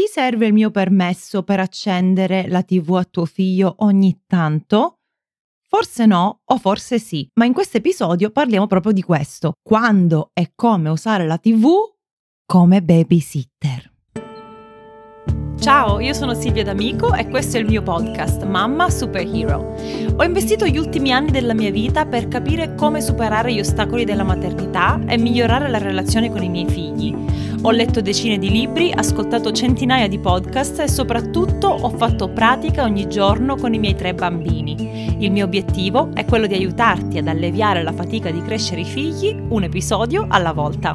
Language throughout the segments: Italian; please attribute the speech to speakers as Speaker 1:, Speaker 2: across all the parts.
Speaker 1: serve il mio permesso per accendere la TV a tuo figlio ogni tanto? Forse no, o forse sì, ma in questo episodio parliamo proprio di questo: quando e come usare la TV come babysitter. Ciao, io sono Silvia D'Amico e questo è il mio podcast Mamma Superhero. Ho investito gli ultimi anni della mia vita per capire come superare gli ostacoli della maternità e migliorare la relazione con i miei figli. Ho letto decine di libri, ascoltato centinaia di podcast e soprattutto ho fatto pratica ogni giorno con i miei 3 bambini. Il mio obiettivo è quello di aiutarti ad alleviare la fatica di crescere i figli un episodio alla volta.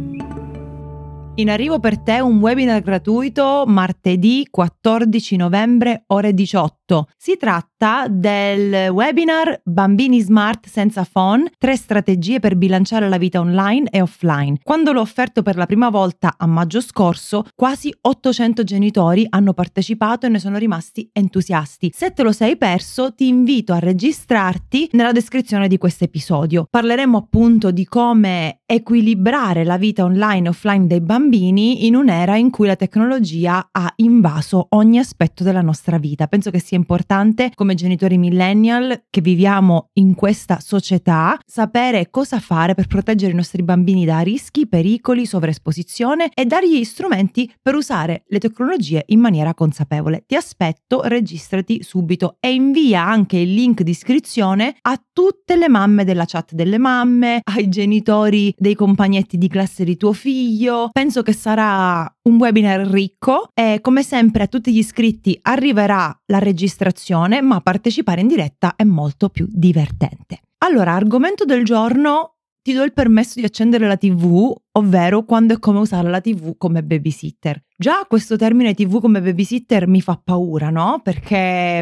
Speaker 1: In arrivo per te un webinar gratuito martedì 14 novembre ore 18. Si tratta del webinar Bambini Smart senza phone, 3 strategie per bilanciare la vita online e offline. Quando l'ho offerto per la prima volta a maggio scorso, quasi 800 genitori hanno partecipato e ne sono rimasti entusiasti. Se te lo sei perso, ti invito a registrarti nella descrizione di questo episodio. Parleremo appunto di come equilibrare la vita online e offline dei bambini in un'era in cui la tecnologia ha invaso ogni aspetto della nostra vita. Penso che sia importante, come genitori millennial che viviamo in questa società, sapere cosa fare per proteggere i nostri bambini da rischi, pericoli, sovraesposizione e dargli strumenti per usare le tecnologie in maniera consapevole. Ti aspetto, registrati subito e invia anche il link di iscrizione a tutte le mamme della chat delle mamme, ai genitori dei compagnetti di classe di tuo figlio. Penso che sarà un webinar ricco e come sempre a tutti gli iscritti arriverà la registrazione, ma partecipare in diretta è molto più divertente. Allora, argomento del giorno: ti do il permesso di accendere la TV, ovvero quando e come usare la TV come babysitter. Già questo termine TV come babysitter mi fa paura, no? Perché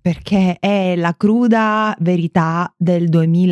Speaker 1: è la cruda verità del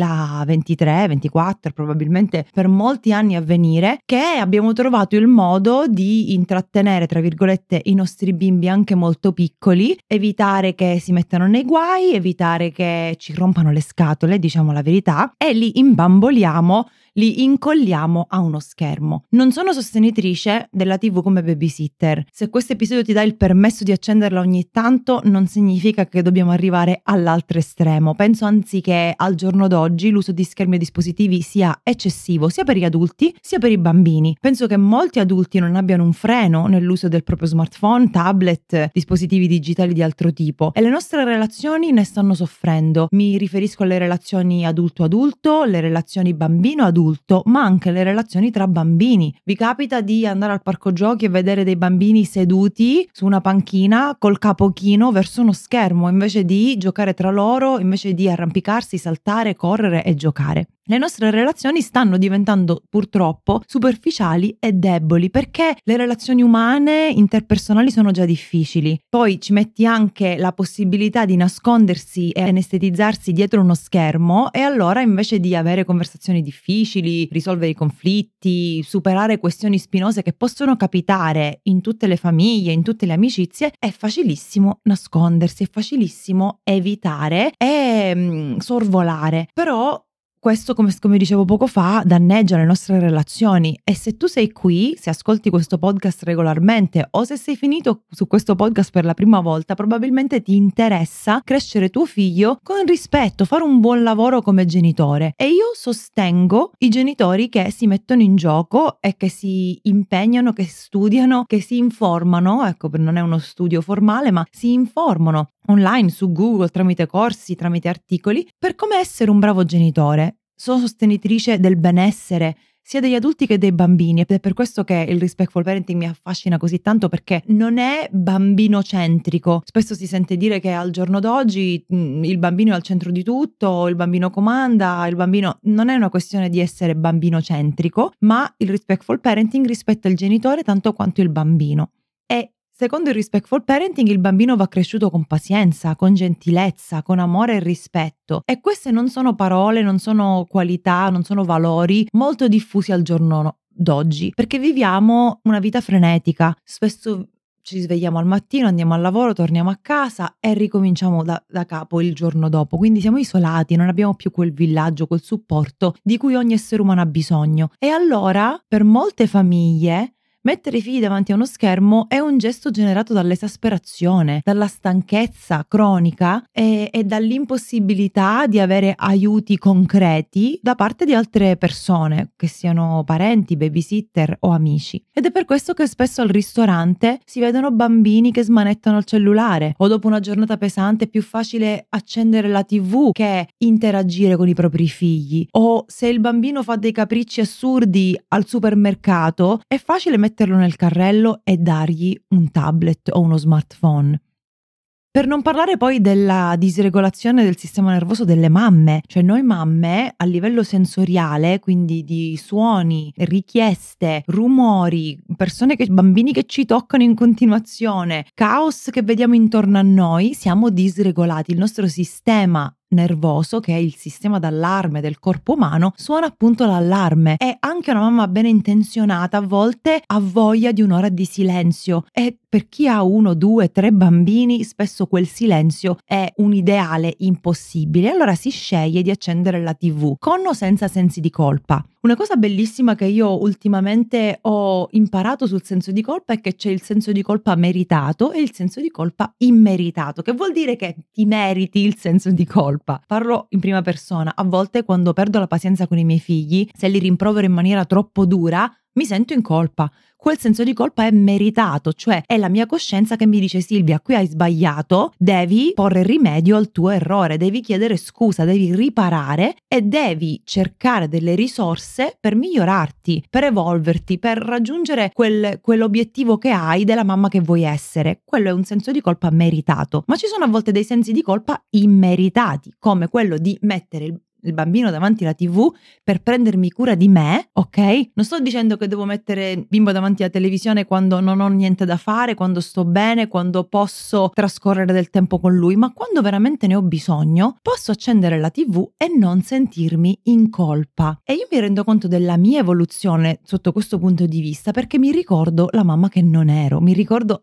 Speaker 1: 2023-24, probabilmente per molti anni a venire, che abbiamo trovato il modo di intrattenere, tra virgolette, i nostri bimbi anche molto piccoli, evitare che si mettano nei guai, evitare che ci rompano le scatole, diciamo la verità, e li imbamboliamo, li incolliamo a uno schermo. Non sono sostenitrice della TV come babysitter. Se questo episodio ti dà il permesso di accenderla ogni tanto, non significa che dobbiamo arrivare all'altro estremo. Penso anzi che al giorno d'oggi l'uso di schermi e dispositivi sia eccessivo sia per gli adulti sia per i bambini. Penso che molti adulti non abbiano un freno nell'uso del proprio smartphone, tablet, dispositivi digitali di altro tipo, e le nostre relazioni ne stanno soffrendo. Mi riferisco alle relazioni adulto-adulto, le relazioni bambino-adulto, ma anche le relazioni tra bambini. Vi capita di andare al parco giochi e vedere dei bambini seduti su una panchina col capo chino verso uno schermo, invece di giocare tra loro, invece di arrampicarsi, saltare, correre e giocare? Le nostre relazioni stanno diventando purtroppo superficiali e deboli, perché le relazioni umane interpersonali sono già difficili. Poi ci metti anche la possibilità di nascondersi e anestetizzarsi dietro uno schermo, e allora invece di avere conversazioni difficili, risolvere i conflitti, superare questioni spinose che possono capitare in tutte le famiglie, in tutte le amicizie, è facilissimo nascondersi, è facilissimo evitare e sorvolare. Però questo, come dicevo poco fa, danneggia le nostre relazioni, e se tu sei qui, se ascolti questo podcast regolarmente o se sei finito su questo podcast per la prima volta, probabilmente ti interessa crescere tuo figlio con rispetto, fare un buon lavoro come genitore. E io sostengo i genitori che si mettono in gioco e che si impegnano, che studiano, che si informano, ecco, non è uno studio formale, ma si informano online su Google, tramite corsi, tramite articoli, per come essere un bravo genitore. Sono sostenitrice del benessere sia degli adulti che dei bambini, ed è per questo che il respectful parenting mi affascina così tanto, perché non è bambinocentrico. Spesso si sente dire che al giorno d'oggi il bambino è al centro di tutto, il bambino comanda, il bambino... Non è una questione di essere bambinocentrico, ma il respectful parenting rispetta il genitore tanto quanto il bambino. E secondo il respectful parenting il bambino va cresciuto con pazienza, con gentilezza, con amore e rispetto. E queste non sono parole, non sono qualità, non sono valori molto diffusi al giorno d'oggi, perché viviamo una vita frenetica. Spesso ci svegliamo al mattino, andiamo al lavoro, torniamo a casa e ricominciamo da capo il giorno dopo. Quindi siamo isolati, non abbiamo più quel villaggio, quel supporto di cui ogni essere umano ha bisogno. E allora, per molte famiglie, Mettere i figli davanti a uno schermo è un gesto generato dall'esasperazione, dalla stanchezza cronica e dall'impossibilità di avere aiuti concreti da parte di altre persone, che siano parenti, babysitter o amici. Ed è per questo che spesso al ristorante si vedono bambini che smanettano il cellulare, o dopo una giornata pesante è più facile accendere la TV che interagire con i propri figli, o se il bambino fa dei capricci assurdi al supermercato è facile metterlo nel carrello e dargli un tablet o uno smartphone. Per non parlare poi della disregolazione del sistema nervoso delle mamme, cioè noi mamme a livello sensoriale, quindi di suoni, richieste, rumori, bambini che ci toccano in continuazione, caos che vediamo intorno a noi, siamo disregolati. Il nostro sistema nervoso, che è il sistema d'allarme del corpo umano, suona appunto l'allarme, e anche una mamma ben intenzionata a volte ha voglia di un'ora di silenzio, e per chi ha 1, 2, 3 bambini spesso quel silenzio è un ideale impossibile. Allora si sceglie di accendere la TV con o senza sensi di colpa. Una cosa bellissima che io ultimamente ho imparato sul senso di colpa è che c'è il senso di colpa meritato e il senso di colpa immeritato, che vuol dire che ti meriti il senso di colpa. Parlo in prima persona. A volte, quando perdo la pazienza con i miei figli, se li rimprovero in maniera troppo dura, mi sento in colpa. Quel senso di colpa è meritato, cioè è la mia coscienza che mi dice: Silvia, qui hai sbagliato, devi porre rimedio al tuo errore, devi chiedere scusa, devi riparare e devi cercare delle risorse per migliorarti, per evolverti, per raggiungere quell'obiettivo che hai della mamma che vuoi essere. Quello è un senso di colpa meritato, ma ci sono a volte dei sensi di colpa immeritati, come quello di mettere il bambino davanti alla TV per prendermi cura di me, ok? Non sto dicendo che devo mettere il bimbo davanti alla televisione quando non ho niente da fare, quando sto bene, quando posso trascorrere del tempo con lui, ma quando veramente ne ho bisogno, posso accendere la TV e non sentirmi in colpa. E io mi rendo conto della mia evoluzione sotto questo punto di vista, perché mi ricordo la mamma che non ero, mi ricordo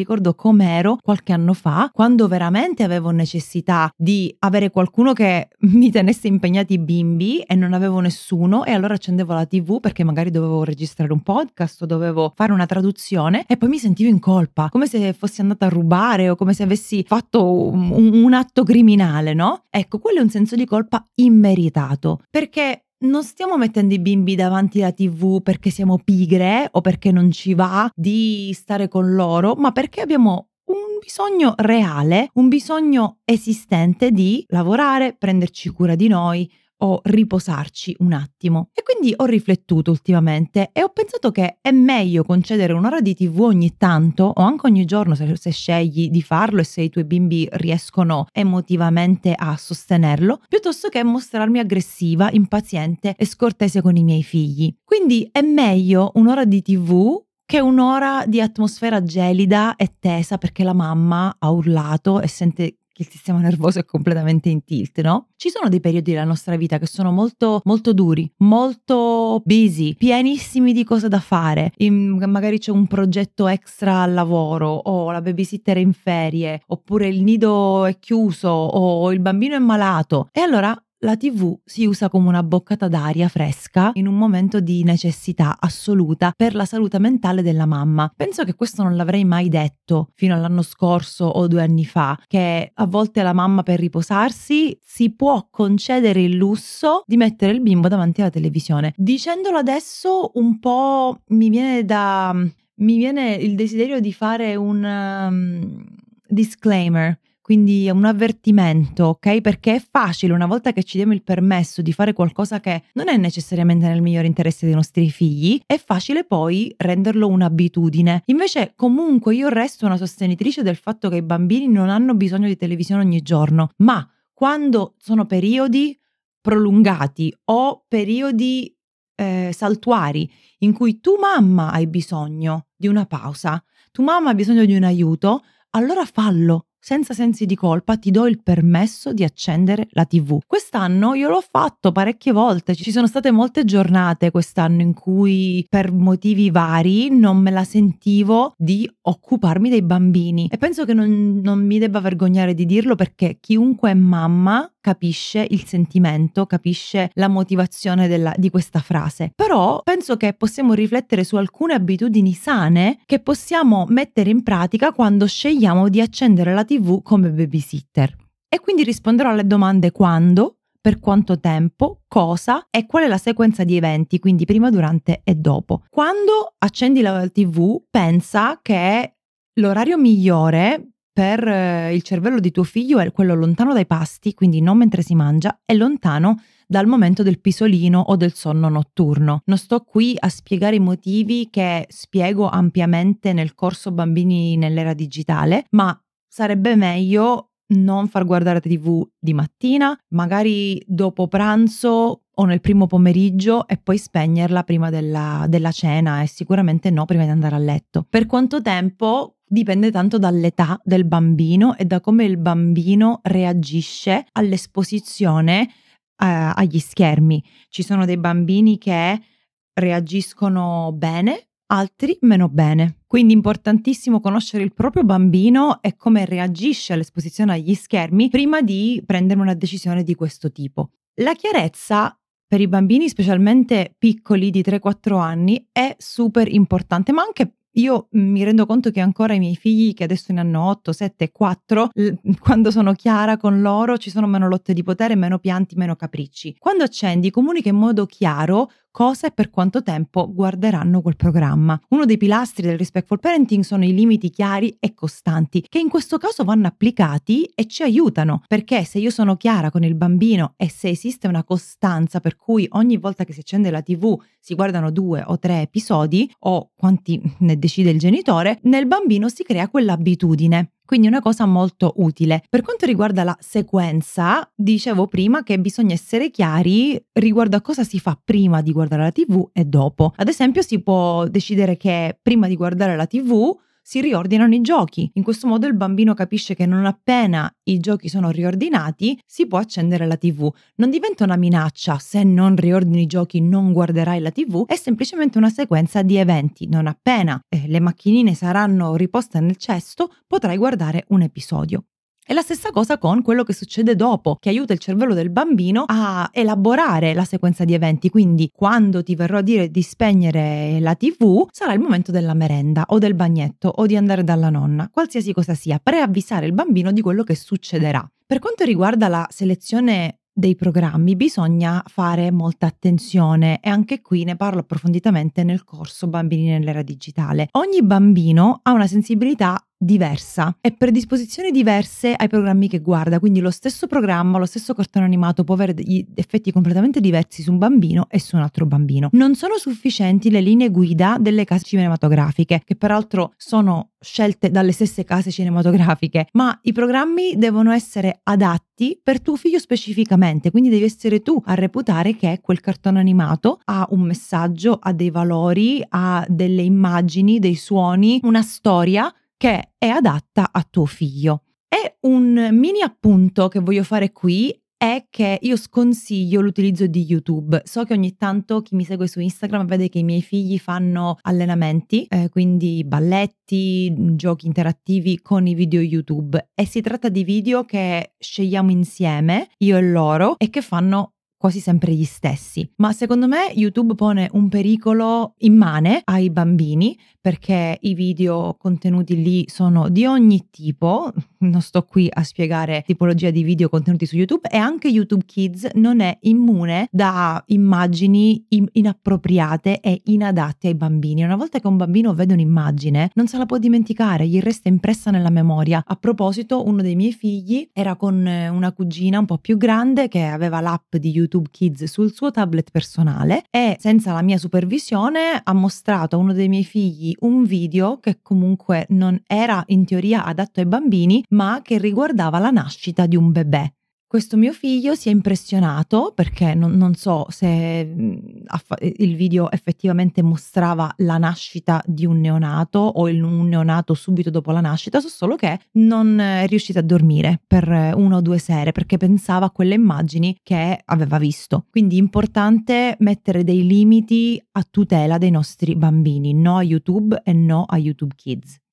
Speaker 1: com'ero qualche anno fa, quando veramente avevo necessità di avere qualcuno che mi tenesse impegnati i bimbi e non avevo nessuno, e allora accendevo la TV perché magari dovevo registrare un podcast o dovevo fare una traduzione, e poi mi sentivo in colpa, come se fossi andata a rubare o come se avessi fatto un atto criminale, no? Ecco, quello è un senso di colpa immeritato, perché non stiamo mettendo i bimbi davanti alla TV perché siamo pigre o perché non ci va di stare con loro, ma perché abbiamo un bisogno reale, un bisogno esistente di lavorare, prenderci cura di noi o riposarci un attimo. E quindi ho riflettuto ultimamente e ho pensato che è meglio concedere un'ora di TV ogni tanto, o anche ogni giorno se scegli di farlo e se i tuoi bimbi riescono emotivamente a sostenerlo, piuttosto che mostrarmi aggressiva, impaziente e scortese con i miei figli. Quindi è meglio un'ora di TV che un'ora di atmosfera gelida e tesa perché la mamma ha urlato e sente che il sistema nervoso è completamente in tilt, no? Ci sono dei periodi della nostra vita che sono molto, molto duri, molto busy, pienissimi di cose da fare. Magari c'è un progetto extra al lavoro, o la babysitter è in ferie, oppure il nido è chiuso, o il bambino è malato. E allora la TV si usa come una boccata d'aria fresca in un momento di necessità assoluta per la salute mentale della mamma. Penso che questo non l'avrei mai detto fino all'anno scorso o 2 anni fa, che a volte la mamma, per riposarsi, si può concedere il lusso di mettere il bimbo davanti alla televisione. Dicendolo adesso un po' mi viene il desiderio di fare un disclaimer. Quindi è un avvertimento, ok? Perché è facile, una volta che ci diamo il permesso di fare qualcosa che non è necessariamente nel migliore interesse dei nostri figli, è facile poi renderlo un'abitudine. Invece, comunque, io resto una sostenitrice del fatto che i bambini non hanno bisogno di televisione ogni giorno, ma quando sono periodi prolungati o periodi saltuari in cui tu mamma hai bisogno di una pausa, tu mamma hai bisogno di un aiuto, allora fallo. Senza sensi di colpa ti do il permesso di accendere la TV. Quest'anno io l'ho fatto parecchie volte, ci sono state molte giornate quest'anno in cui per motivi vari non me la sentivo di occuparmi dei bambini, e penso che non mi debba vergognare di dirlo, perché chiunque è mamma capisce il sentimento, capisce la motivazione di questa frase. Però penso che possiamo riflettere su alcune abitudini sane che possiamo mettere in pratica quando scegliamo di accendere la TV come babysitter. E quindi risponderò alle domande quando, per quanto tempo, cosa e qual è la sequenza di eventi, quindi prima, durante e dopo. Quando accendi la TV, pensa che l'orario migliore per il cervello di tuo figlio è quello lontano dai pasti, quindi non mentre si mangia, e lontano dal momento del pisolino o del sonno notturno. Non sto qui a spiegare i motivi che spiego ampiamente nel corso Bambini nell'era digitale, ma sarebbe meglio non far guardare TV di mattina, magari dopo pranzo o nel primo pomeriggio, e poi spegnerla prima della cena, e sicuramente no prima di andare a letto. Per quanto tempo? Dipende tanto dall'età del bambino e da come il bambino reagisce all'esposizione agli schermi. Ci sono dei bambini che reagiscono bene, altri meno bene. Quindi è importantissimo conoscere il proprio bambino e come reagisce all'esposizione agli schermi prima di prendere una decisione di questo tipo. La chiarezza per i bambini, specialmente piccoli di 3-4 anni, è super importante, ma anche io mi rendo conto che ancora i miei figli, che adesso ne hanno 8, 7 e 4, quando sono chiara con loro ci sono meno lotte di potere, meno pianti, meno capricci. Quando accendi, comunica in modo chiaro cosa e per quanto tempo guarderanno quel programma. Uno dei pilastri del Respectful Parenting sono i limiti chiari e costanti, che in questo caso vanno applicati e ci aiutano, perché se io sono chiara con il bambino e se esiste una costanza per cui ogni volta che si accende la TV si guardano 2 o 3 episodi, o quanti ne decide il genitore, nel bambino si crea quell'abitudine. Quindi è una cosa molto utile. Per quanto riguarda la sequenza, dicevo prima che bisogna essere chiari riguardo a cosa si fa prima di guardare la TV e dopo. Ad esempio, si può decidere che prima di guardare la TV si riordinano i giochi. In questo modo il bambino capisce che non appena i giochi sono riordinati si può accendere la TV. Non diventa una minaccia: se non riordini i giochi non guarderai la TV, è semplicemente una sequenza di eventi. Non appena le macchinine saranno riposte nel cesto potrai guardare un episodio. È la stessa cosa con quello che succede dopo, che aiuta il cervello del bambino a elaborare la sequenza di eventi. Quindi quando ti verrò a dire di spegnere la TV, sarà il momento della merenda o del bagnetto o di andare dalla nonna, qualsiasi cosa sia, preavvisare il bambino di quello che succederà. Per quanto riguarda la selezione dei programmi, bisogna fare molta attenzione, e anche qui ne parlo approfonditamente nel corso Bambini nell'era digitale. Ogni bambino ha una sensibilità diversa e predisposizioni diverse ai programmi che guarda, quindi lo stesso programma, lo stesso cartone animato può avere degli effetti completamente diversi su un bambino e su un altro bambino. Non sono sufficienti le linee guida delle case cinematografiche, che peraltro sono scelte dalle stesse case cinematografiche, ma i programmi devono essere adatti per tuo figlio specificamente, quindi devi essere tu a reputare che quel cartone animato ha un messaggio, ha dei valori, ha delle immagini, dei suoni, una storia che è adatta a tuo figlio. E un mini appunto che voglio fare qui è che io sconsiglio l'utilizzo di YouTube. So che ogni tanto chi mi segue su Instagram vede che i miei figli fanno allenamenti, quindi balletti, giochi interattivi con i video YouTube, e si tratta di video che scegliamo insieme, io e loro, e che fanno quasi sempre gli stessi. Ma secondo me YouTube pone un pericolo immane ai bambini, perché i video contenuti lì sono di ogni tipo. Non sto qui a spiegare tipologia di video contenuti su YouTube, e anche YouTube Kids non è immune da immagini inappropriate e inadatte ai bambini. Una volta che un bambino vede un'immagine non se la può dimenticare, gli resta impressa nella memoria. A proposito, uno dei miei figli era con una cugina un po' più grande che aveva l'app di YouTube Kids sul suo tablet personale, e senza la mia supervisione ha mostrato a uno dei miei figli un video che comunque non era in teoria adatto ai bambini, ma che riguardava la nascita di un bebè. Questo mio figlio si è impressionato perché non so se il video effettivamente mostrava la nascita di un neonato o un neonato subito dopo la nascita, so solo che non è riuscito a dormire per 1 o 2 sere perché pensava a quelle immagini che aveva visto. Quindi è importante mettere dei limiti a tutela dei nostri bambini, no a YouTube e no a YouTube Kids.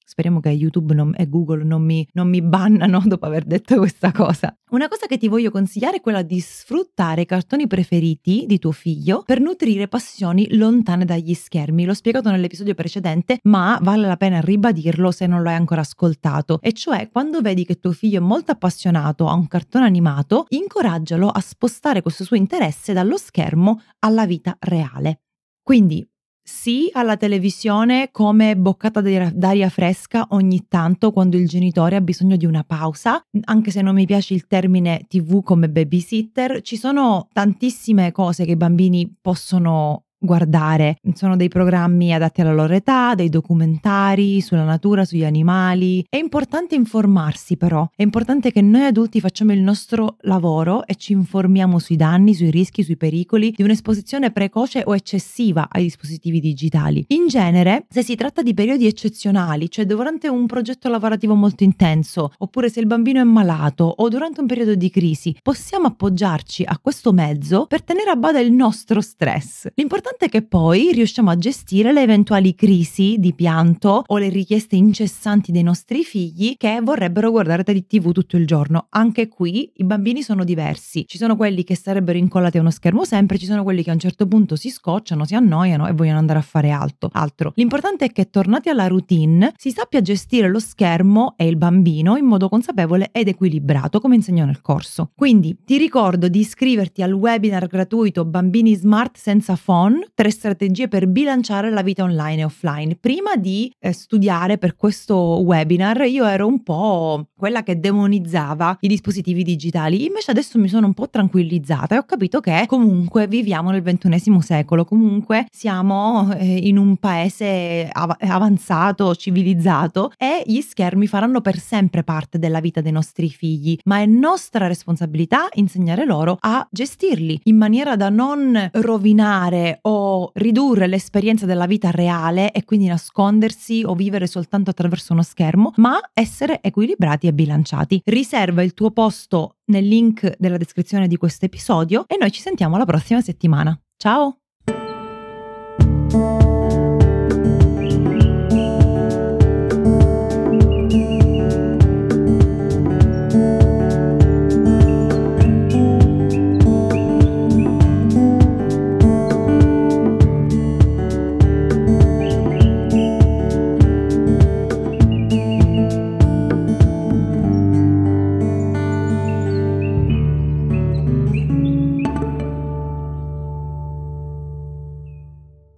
Speaker 1: Speriamo che YouTube e Google non mi bannano dopo aver detto questa cosa. Una cosa che ti voglio consigliare è quella di sfruttare i cartoni preferiti di tuo figlio per nutrire passioni lontane dagli schermi. L'ho spiegato nell'episodio precedente, ma vale la pena ribadirlo se non lo hai ancora ascoltato. E cioè, quando vedi che tuo figlio è molto appassionato a un cartone animato, incoraggialo a spostare questo suo interesse dallo schermo alla vita reale. Quindi sì alla televisione come boccata d'aria fresca ogni tanto quando il genitore ha bisogno di una pausa, anche se non mi piace il termine TV come babysitter, ci sono tantissime cose che i bambini possono guardare. Sono dei programmi adatti alla loro età, dei documentari sulla natura, sugli animali. È importante informarsi però, è importante che noi adulti facciamo il nostro lavoro e ci informiamo sui danni, sui rischi, sui pericoli di un'esposizione precoce o eccessiva ai dispositivi digitali. In genere, se si tratta di periodi eccezionali, cioè durante un progetto lavorativo molto intenso, oppure se il bambino è malato o durante un periodo di crisi, possiamo appoggiarci a questo mezzo per tenere a bada il nostro stress. L'importante è che poi riusciamo a gestire le eventuali crisi di pianto o le richieste incessanti dei nostri figli che vorrebbero guardare TV tutto il giorno. Anche qui i bambini sono diversi. Ci sono quelli che sarebbero incollati a uno schermo sempre, ci sono quelli che a un certo punto si scocciano, si annoiano e vogliono andare a fare altro. L'importante è che tornati alla routine si sappia gestire lo schermo e il bambino in modo consapevole ed equilibrato, come insegno nel corso. Quindi ti ricordo di iscriverti al webinar gratuito Bambini Smart senza phone, 3 strategie per bilanciare la vita online e offline. Prima di studiare per questo webinar io ero un po' quella che demonizzava i dispositivi digitali, invece adesso mi sono un po' tranquillizzata e ho capito che comunque viviamo nel XXI secolo, comunque siamo in un paese avanzato, civilizzato e gli schermi faranno per sempre parte della vita dei nostri figli, ma è nostra responsabilità insegnare loro a gestirli in maniera da non rovinare o ridurre l'esperienza della vita reale e quindi nascondersi o vivere soltanto attraverso uno schermo, ma essere equilibrati e bilanciati. Riserva il tuo posto nel link della descrizione di questo episodio e noi ci sentiamo la prossima settimana. Ciao!